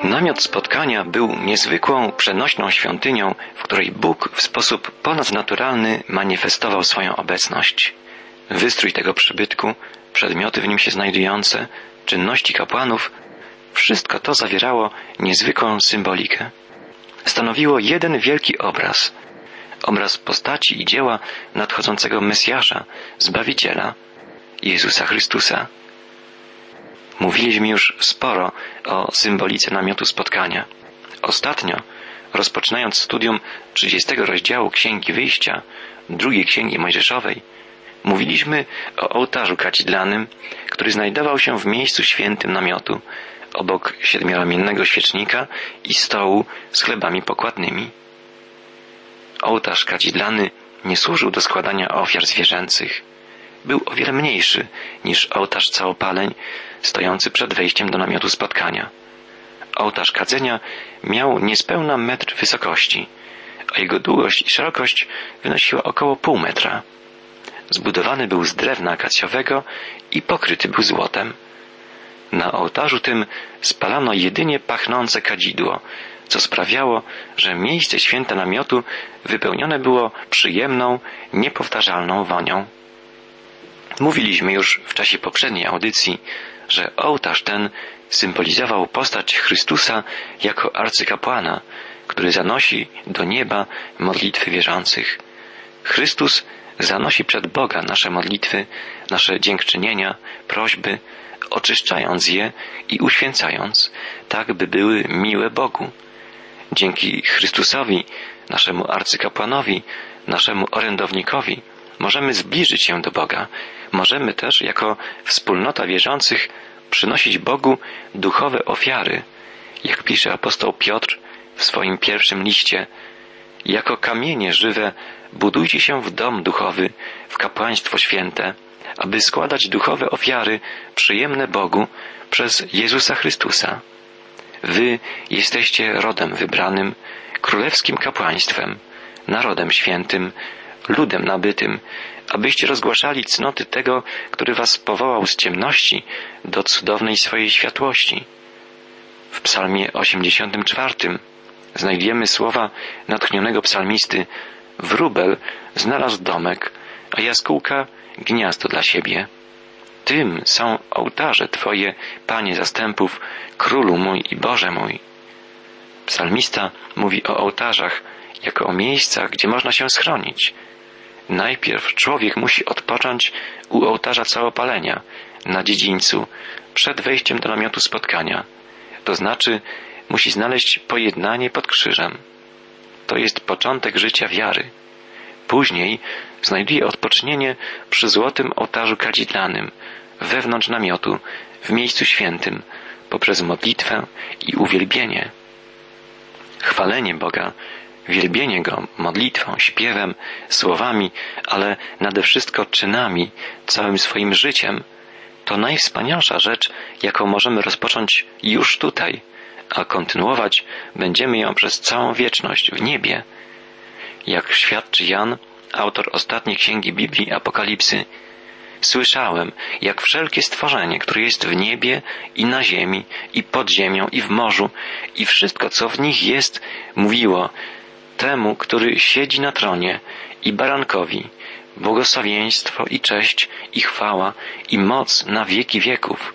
Namiot spotkania był niezwykłą, przenośną świątynią, w której Bóg w sposób ponadnaturalny manifestował swoją obecność. Wystrój tego przybytku, przedmioty w nim się znajdujące, czynności kapłanów, wszystko to zawierało niezwykłą symbolikę. Stanowiło jeden wielki obraz. Obraz postaci i dzieła nadchodzącego Mesjasza, Zbawiciela, Jezusa Chrystusa. Mówiliśmy już sporo o symbolice namiotu spotkania. Ostatnio, rozpoczynając studium 30 rozdziału Księgi Wyjścia, drugiej Księgi Mojżeszowej, mówiliśmy o ołtarzu kadzidlanym, który znajdował się w miejscu świętym namiotu, obok siedmioramiennego świecznika i stołu z chlebami pokładnymi. Ołtarz kadzidlany nie służył do składania ofiar zwierzęcych. Był o wiele mniejszy niż ołtarz całopaleń stojący przed wejściem do namiotu spotkania. Ołtarz kadzenia miał niespełna metr wysokości, a jego długość i szerokość wynosiła około pół metra. Zbudowany był z drewna akacjowego i pokryty był złotem. Na ołtarzu tym spalano jedynie pachnące kadzidło, co sprawiało, że miejsce święte namiotu wypełnione było przyjemną, niepowtarzalną wonią. Mówiliśmy już w czasie poprzedniej audycji, że ołtarz ten symbolizował postać Chrystusa jako arcykapłana, który zanosi do nieba modlitwy wierzących. Chrystus zanosi przed Boga nasze modlitwy, nasze dziękczynienia, prośby, oczyszczając je i uświęcając, tak by były miłe Bogu. Dzięki Chrystusowi, naszemu arcykapłanowi, naszemu orędownikowi, możemy zbliżyć się do Boga. Możemy też jako wspólnota wierzących przynosić Bogu duchowe ofiary, jak pisze apostoł Piotr w swoim pierwszym liście. Jako kamienie żywe budujcie się w dom duchowy, w kapłaństwo święte, aby składać duchowe ofiary przyjemne Bogu przez Jezusa Chrystusa. Wy jesteście rodem wybranym, królewskim kapłaństwem, narodem świętym, ludem nabytym, abyście rozgłaszali cnoty tego, który was powołał z ciemności do cudownej swojej światłości. W psalmie 84 znajdziemy słowa natchnionego psalmisty: wróbel znalazł domek, a jaskółka gniazdo dla siebie. Tym są ołtarze Twoje, Panie zastępów, Królu mój i Boże mój. Psalmista mówi o ołtarzach jako o miejscach, gdzie można się schronić. Najpierw człowiek musi odpocząć u ołtarza całopalenia, na dziedzińcu, przed wejściem do namiotu spotkania. To znaczy, musi znaleźć pojednanie pod krzyżem. To jest początek życia wiary. Później znajduje odpocznienie przy złotym ołtarzu kadzidlanym, wewnątrz namiotu, w miejscu świętym, poprzez modlitwę i uwielbienie. Chwalenie Boga, wielbienie Go modlitwą, śpiewem, słowami, ale nade wszystko czynami, całym swoim życiem, to najwspanialsza rzecz, jaką możemy rozpocząć już tutaj, a kontynuować będziemy ją przez całą wieczność w niebie. Jak świadczy Jan, autor ostatniej księgi Biblii, Apokalipsy, słyszałem, jak wszelkie stworzenie, które jest w niebie i na ziemi, i pod ziemią, i w morzu, i wszystko, co w nich jest, mówiło: temu, który siedzi na tronie, i barankowi, błogosławieństwo i cześć, i chwała, i moc na wieki wieków.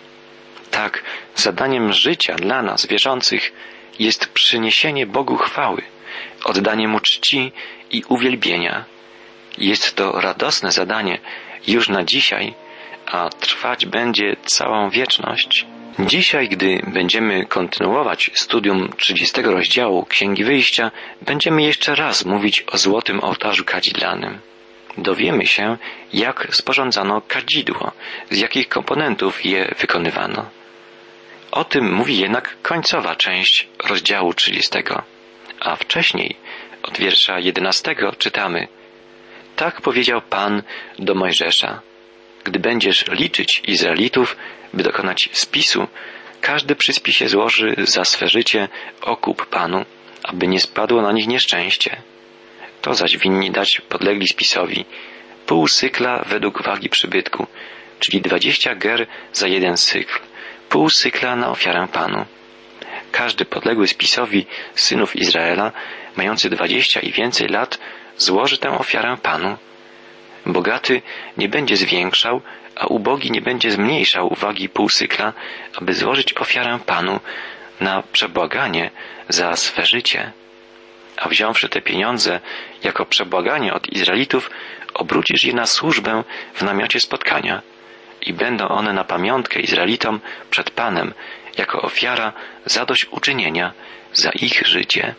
Tak, zadaniem życia dla nas, wierzących, jest przyniesienie Bogu chwały, oddanie Mu czci i uwielbienia. Jest to radosne zadanie już na dzisiaj, a trwać będzie całą wieczność. Dzisiaj, gdy będziemy kontynuować studium 30 rozdziału Księgi Wyjścia, będziemy jeszcze raz mówić o złotym ołtarzu kadzidlanym. Dowiemy się, jak sporządzano kadzidło, z jakich komponentów je wykonywano. O tym mówi jednak końcowa część rozdziału 30, a wcześniej, od wiersza 11 czytamy: tak powiedział Pan do Mojżesza: gdy będziesz liczyć Izraelitów, by dokonać spisu, każdy przy spisie złoży za swe życie okup Panu, aby nie spadło na nich nieszczęście. To zaś winni dać podlegli spisowi pół sykla według wagi przybytku, czyli 20 ger za jeden sykl, pół sykla na ofiarę Panu. każdy podległy spisowi z synów Izraela, mający 20 i więcej lat, złoży tę ofiarę Panu. Bogaty nie będzie zwiększał, a ubogi nie będzie zmniejszał wagi półsykla, aby złożyć ofiarę Panu na przebłaganie za swe życie. A wziąwszy te pieniądze jako przebłaganie od Izraelitów, obrócisz je na służbę w namiocie spotkania i będą one na pamiątkę Izraelitom przed Panem jako ofiara zadośćuczynienia za ich życie.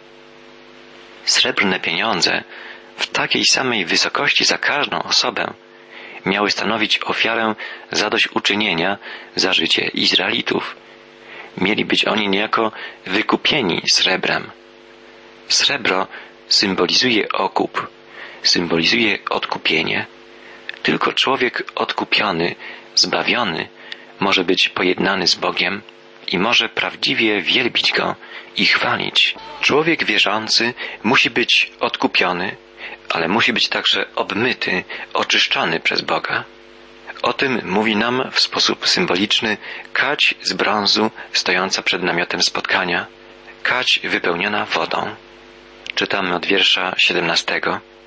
Srebrne pieniądze w takiej samej wysokości za każdą osobę miały stanowić ofiarę zadośćuczynienia za życie Izraelitów. Mieli być oni niejako wykupieni srebrem. Srebro symbolizuje okup, symbolizuje odkupienie. Tylko człowiek odkupiony, zbawiony może być pojednany z Bogiem i może prawdziwie wielbić Go i chwalić. Człowiek wierzący musi być odkupiony, ale musi być także obmyty, oczyszczany przez Boga. O tym mówi nam w sposób symboliczny kać z brązu stojąca przed namiotem spotkania, kać wypełniona wodą. Czytamy od wiersza 17.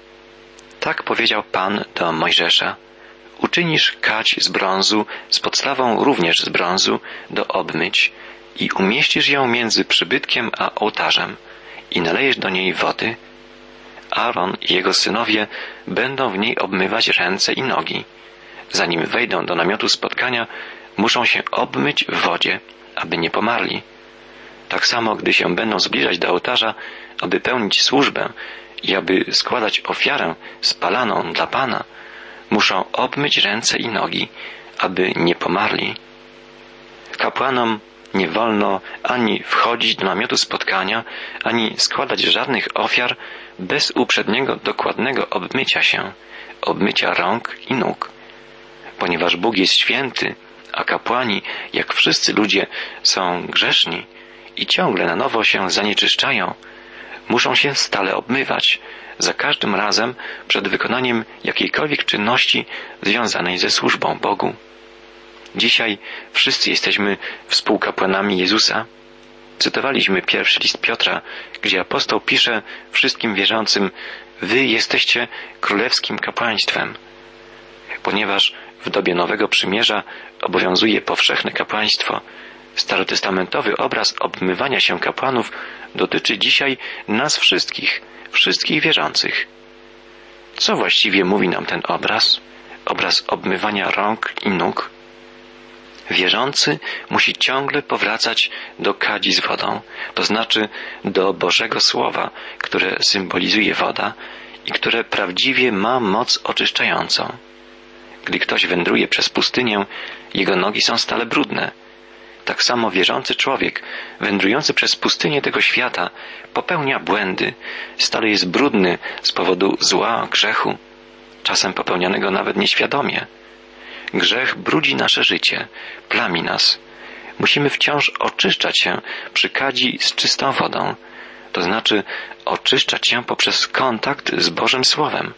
Tak powiedział Pan do Mojżesza: uczynisz kać z brązu z podstawą również z brązu do obmyć i umieścisz ją między przybytkiem a ołtarzem i nalejesz do niej wody. Aaron i jego synowie będą w niej obmywać ręce i nogi. Zanim wejdą do namiotu spotkania, muszą się obmyć w wodzie, aby nie pomarli. Tak samo, gdy się będą zbliżać do ołtarza, aby pełnić służbę i aby składać ofiarę spalaną dla Pana, muszą obmyć ręce i nogi, aby nie pomarli. Kapłanom nie wolno ani wchodzić do namiotu spotkania, ani składać żadnych ofiar bez uprzedniego dokładnego obmycia się, obmycia rąk i nóg. Ponieważ Bóg jest święty, a kapłani, jak wszyscy ludzie, są grzeszni i ciągle na nowo się zanieczyszczają, muszą się stale obmywać, za każdym razem przed wykonaniem jakiejkolwiek czynności związanej ze służbą Bogu. Dzisiaj wszyscy jesteśmy współkapłanami Jezusa. Cytowaliśmy pierwszy list Piotra, gdzie apostoł pisze wszystkim wierzącym: wy jesteście królewskim kapłaństwem. Ponieważ w dobie Nowego Przymierza obowiązuje powszechne kapłaństwo, starotestamentowy obraz obmywania się kapłanów dotyczy dzisiaj nas wszystkich, wszystkich wierzących. Co właściwie mówi nam ten obraz? Obraz obmywania rąk i nóg? Wierzący musi ciągle powracać do kadzi z wodą, to znaczy do Bożego Słowa, które symbolizuje woda i które prawdziwie ma moc oczyszczającą. Gdy ktoś wędruje przez pustynię, jego nogi są stale brudne. Tak samo wierzący człowiek, wędrujący przez pustynię tego świata, popełnia błędy, stale jest brudny z powodu zła, grzechu, czasem popełnianego nawet nieświadomie. Grzech brudzi nasze życie, plami nas. Musimy wciąż oczyszczać się przy kadzi z czystą wodą, to znaczy oczyszczać się poprzez kontakt z Bożym Słowem.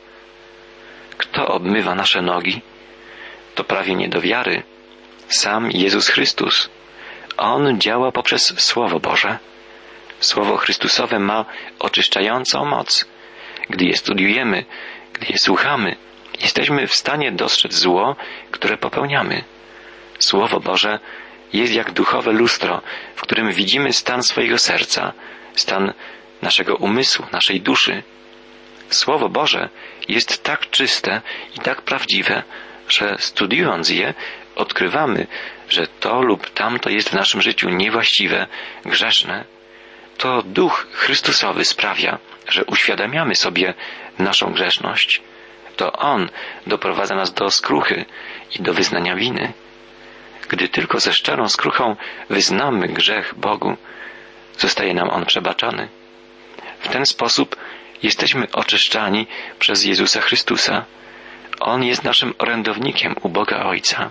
Kto obmywa nasze nogi? To prawie nie do wiary. Sam Jezus Chrystus. On działa poprzez Słowo Boże. Słowo Chrystusowe ma oczyszczającą moc. Gdy je studiujemy, gdy je słuchamy, jesteśmy w stanie dostrzec zło, które popełniamy. Słowo Boże jest jak duchowe lustro, w którym widzimy stan swojego serca, stan naszego umysłu, naszej duszy. Słowo Boże jest tak czyste i tak prawdziwe, że studiując je, odkrywamy, że to lub tamto jest w naszym życiu niewłaściwe, grzeszne. To Duch Chrystusowy sprawia, że uświadamiamy sobie naszą grzeszność. To On doprowadza nas do skruchy i do wyznania winy. Gdy tylko ze szczerą skruchą wyznamy grzech Bogu, zostaje nam on przebaczony. W ten sposób jesteśmy oczyszczani przez Jezusa Chrystusa. On jest naszym orędownikiem u Boga Ojca.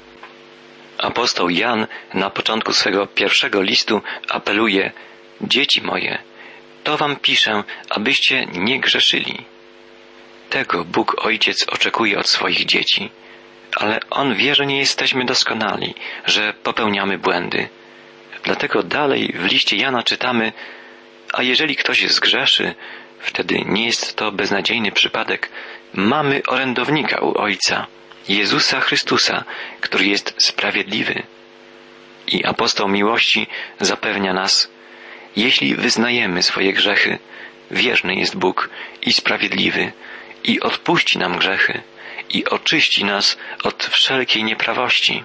Apostoł Jan na początku swego pierwszego listu apeluje: dzieci moje, to wam piszę, abyście nie grzeszyli. Tego Bóg Ojciec oczekuje od swoich dzieci, ale On wie, że nie jesteśmy doskonali, że popełniamy błędy. Dlatego dalej w liście Jana czytamy: a jeżeli ktoś zgrzeszy, wtedy nie jest to beznadziejny przypadek. Mamy orędownika u Ojca, Jezusa Chrystusa, który jest sprawiedliwy. I apostoł miłości zapewnia nas: jeśli wyznajemy swoje grzechy, wierny jest Bóg i sprawiedliwy i odpuści nam grzechy i oczyści nas od wszelkiej nieprawości.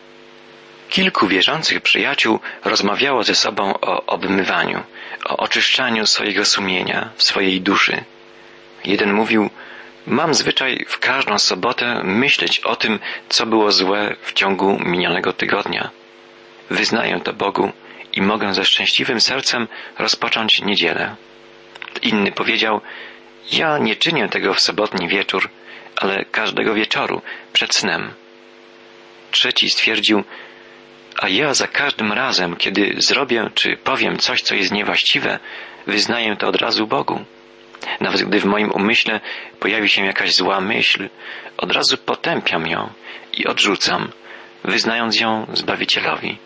Kilku wierzących przyjaciół rozmawiało ze sobą o obmywaniu, o oczyszczaniu swojego sumienia, swojej duszy. Jeden mówił: mam zwyczaj w każdą sobotę myśleć o tym, co było złe w ciągu minionego tygodnia. Wyznaję to Bogu i mogę ze szczęśliwym sercem rozpocząć niedzielę. Inny powiedział: ja nie czynię tego w sobotni wieczór, ale każdego wieczoru przed snem. Trzeci stwierdził: a ja za każdym razem, kiedy zrobię czy powiem coś, co jest niewłaściwe, wyznaję to od razu Bogu. Nawet gdy w moim umyśle pojawi się jakaś zła myśl, od razu potępiam ją i odrzucam, wyznając ją Zbawicielowi.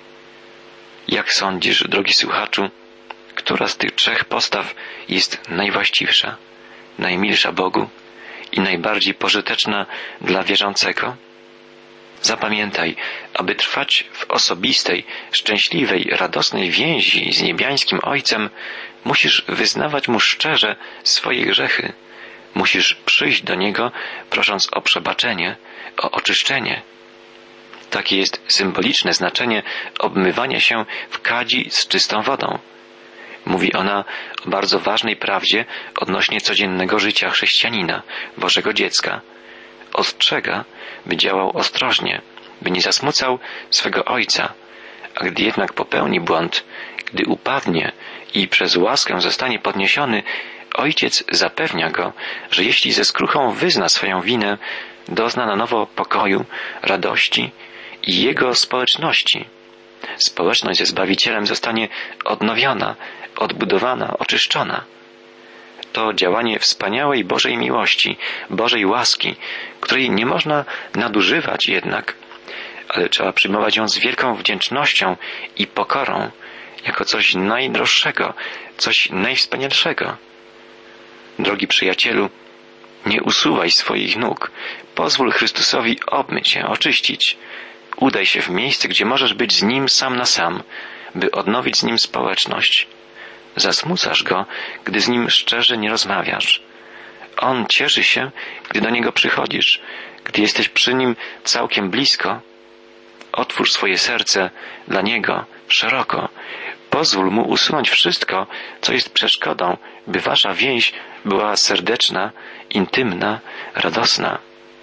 Jak sądzisz, drogi słuchaczu, która z tych trzech postaw jest najwłaściwsza, najmilsza Bogu i najbardziej pożyteczna dla wierzącego? Zapamiętaj, aby trwać w osobistej, szczęśliwej, radosnej więzi z niebiańskim Ojcem, musisz wyznawać Mu szczerze swoje grzechy. Musisz przyjść do Niego, prosząc o przebaczenie, o oczyszczenie. Takie jest symboliczne znaczenie obmywania się w kadzi z czystą wodą. Mówi ona o bardzo ważnej prawdzie odnośnie codziennego życia chrześcijanina, Bożego dziecka. Ostrzega, by działał ostrożnie, by nie zasmucał swego Ojca, a gdy jednak popełni błąd, gdy upadnie i przez łaskę zostanie podniesiony, Ojciec zapewnia go, że jeśli ze skruchą wyzna swoją winę, dozna na nowo pokoju, radości i jego społeczności. Społeczność ze Zbawicielem zostanie odnowiona, odbudowana, oczyszczona. To działanie wspaniałej Bożej miłości, Bożej łaski, której nie można nadużywać jednak, ale trzeba przyjmować ją z wielką wdzięcznością i pokorą, jako coś najdroższego, coś najwspanialszego. Drogi przyjacielu, nie usuwaj swoich nóg, pozwól Chrystusowi obmyć się, oczyścić. Udaj się w miejsce, gdzie możesz być z Nim sam na sam, by odnowić z Nim społeczność. Zasmucasz Go, gdy z Nim szczerze nie rozmawiasz. On cieszy się, gdy do Niego przychodzisz, gdy jesteś przy Nim całkiem blisko. Otwórz swoje serce dla Niego szeroko. Pozwól Mu usunąć wszystko, co jest przeszkodą, by wasza więź była serdeczna, intymna, radosna.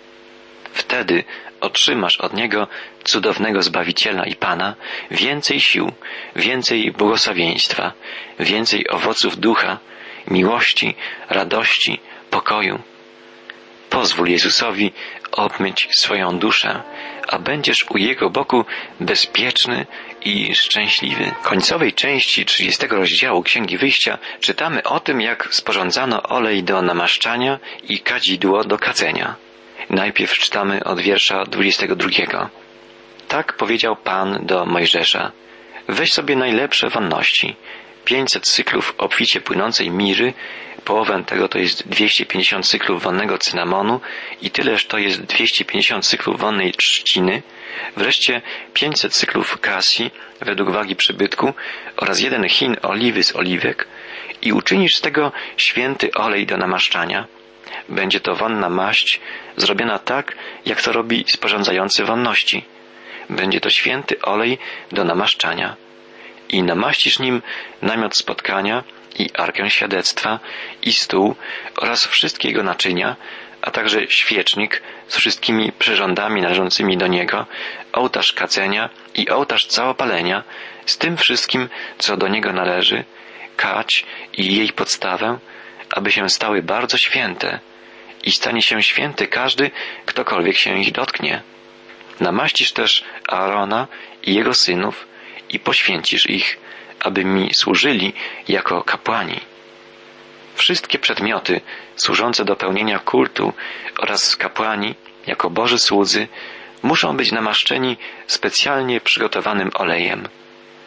Wtedy otrzymasz od Niego, cudownego Zbawiciela i Pana, więcej sił, więcej błogosławieństwa, więcej owoców ducha, miłości, radości, pokoju. Pozwól Jezusowi obmyć swoją duszę, a będziesz u Jego boku bezpieczny i szczęśliwy. W końcowej części 30 rozdziału Księgi Wyjścia czytamy o tym, jak sporządzano olej do namaszczania i kadzidło do kadzenia. Najpierw czytamy od wiersza 22. Tak powiedział Pan do Mojżesza: weź sobie najlepsze wonności, 500 cyklów obficie płynącej miry, połowę tego to jest 250 cyklów wonnego cynamonu i tyleż to jest 250 cyklów wonnej trzciny, wreszcie 500 cyklów kasji według wagi przybytku oraz 1 chin oliwy z oliwek i uczynisz z tego święty olej do namaszczania. Będzie to wonna maść zrobiona tak, jak to robi sporządzający wonności. Będzie to święty olej do namaszczania. I namaścisz nim namiot spotkania i arkę świadectwa i stół oraz wszystkie jego naczynia, a także świecznik z wszystkimi przyrządami należącymi do niego, ołtarz kadzenia i ołtarz całopalenia z tym wszystkim, co do niego należy, kadź i jej podstawę, aby się stały bardzo święte i stanie się święty każdy, ktokolwiek się ich dotknie. Namaścisz też Aarona i jego synów i poświęcisz ich, aby mi służyli jako kapłani. Wszystkie przedmioty służące do pełnienia kultu oraz kapłani jako Boży słudzy muszą być namaszczeni specjalnie przygotowanym olejem.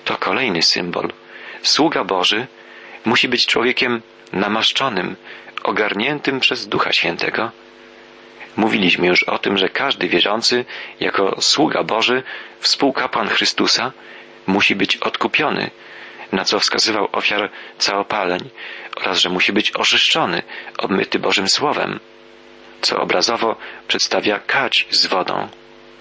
To kolejny symbol. Sługa Boży musi być człowiekiem namaszczonym, ogarniętym przez Ducha Świętego. Mówiliśmy już o tym, że każdy wierzący jako sługa Boży, współkapłan Chrystusa, musi być odkupiony, na co wskazywał ofiar całopaleń, oraz że musi być oczyszczony, obmyty Bożym Słowem, co obrazowo przedstawia kadź z wodą.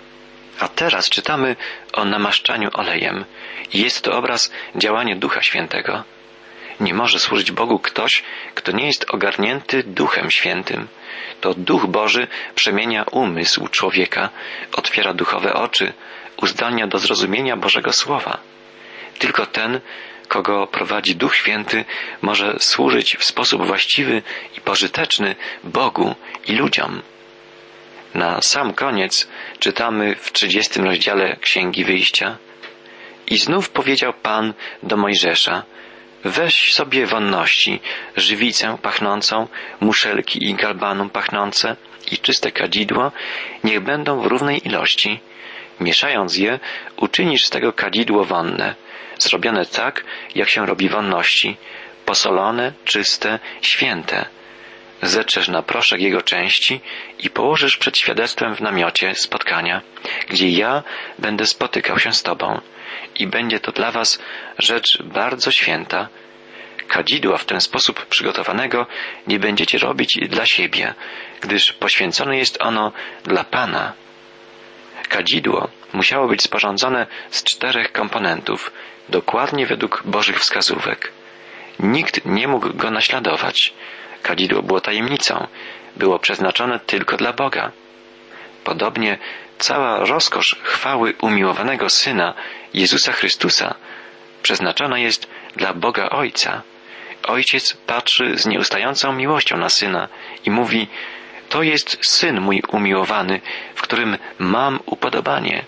A teraz czytamy o namaszczaniu olejem. Jest to obraz działania Ducha Świętego. Nie może służyć Bogu ktoś, kto nie jest ogarnięty Duchem Świętym. To Duch Boży przemienia umysł człowieka, otwiera duchowe oczy, uzdalnia do zrozumienia Bożego Słowa. Tylko ten, kogo prowadzi Duch Święty, może służyć w sposób właściwy i pożyteczny Bogu i ludziom. Na sam koniec czytamy w 30 rozdziale Księgi Wyjścia: I znów powiedział Pan do Mojżesza: weź sobie wonności, żywicę pachnącą, muszelki i galbanum pachnące i czyste kadzidło, niech będą w równej ilości. Mieszając je, uczynisz z tego kadzidło wonne, zrobione tak, jak się robi wonności, posolone, czyste, święte. Zetrzesz na proszek jego części i położysz przed świadectwem w namiocie spotkania, gdzie ja będę spotykał się z tobą. I będzie to dla was rzecz bardzo święta. Kadzidła w ten sposób przygotowanego nie będziecie robić dla siebie, gdyż poświęcone jest ono dla Pana. Kadzidło musiało być sporządzone z 4 komponentów, dokładnie według Bożych wskazówek. Nikt nie mógł go naśladować. Kadzidło było tajemnicą, było przeznaczone tylko dla Boga. Podobnie cała rozkosz chwały umiłowanego Syna, Jezusa Chrystusa, przeznaczona jest dla Boga Ojca. Ojciec patrzy z nieustającą miłością na Syna i mówi: to jest Syn mój umiłowany, w którym mam upodobanie.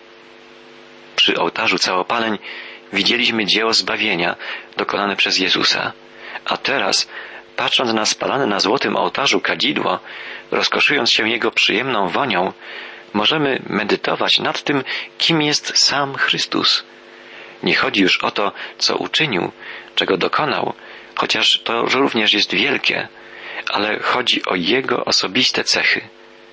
Przy ołtarzu całopaleń widzieliśmy dzieło zbawienia dokonane przez Jezusa, a teraz, patrząc na spalane na złotym ołtarzu kadzidło, rozkoszując się jego przyjemną wonią, możemy medytować nad tym, kim jest sam Chrystus. Nie chodzi już o to, co uczynił, czego dokonał, chociaż to również jest wielkie, ale chodzi o Jego osobiste cechy.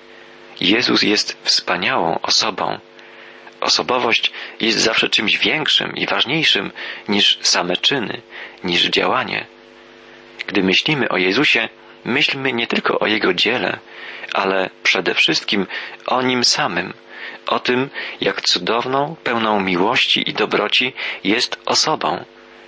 Jezus jest wspaniałą osobą. Osobowość jest zawsze czymś większym i ważniejszym niż same czyny, niż działanie. Gdy myślimy o Jezusie, myślmy nie tylko o Jego dziele, ale przede wszystkim o Nim samym, o tym, jak cudowną, pełną miłości i dobroci jest osobą.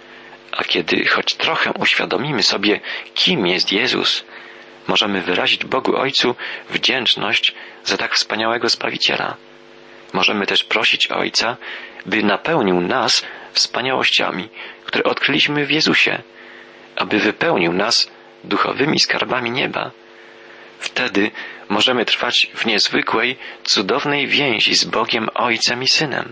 A kiedy choć trochę uświadomimy sobie, kim jest Jezus, możemy wyrazić Bogu Ojcu wdzięczność za tak wspaniałego Zbawiciela. Możemy też prosić Ojca, by napełnił nas wspaniałościami, które odkryliśmy w Jezusie, aby wypełnił nas duchowymi skarbami nieba. Wtedy możemy trwać w niezwykłej, cudownej więzi z Bogiem Ojcem i Synem.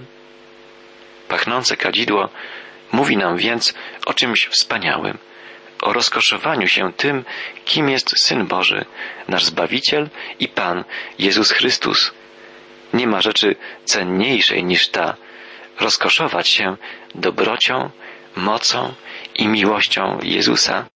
Pachnące kadzidło mówi nam więc o czymś wspaniałym, o rozkoszowaniu się tym, kim jest Syn Boży, nasz Zbawiciel i Pan Jezus Chrystus. Nie ma rzeczy cenniejszej niż ta, rozkoszować się dobrocią, mocą i miłością Jezusa.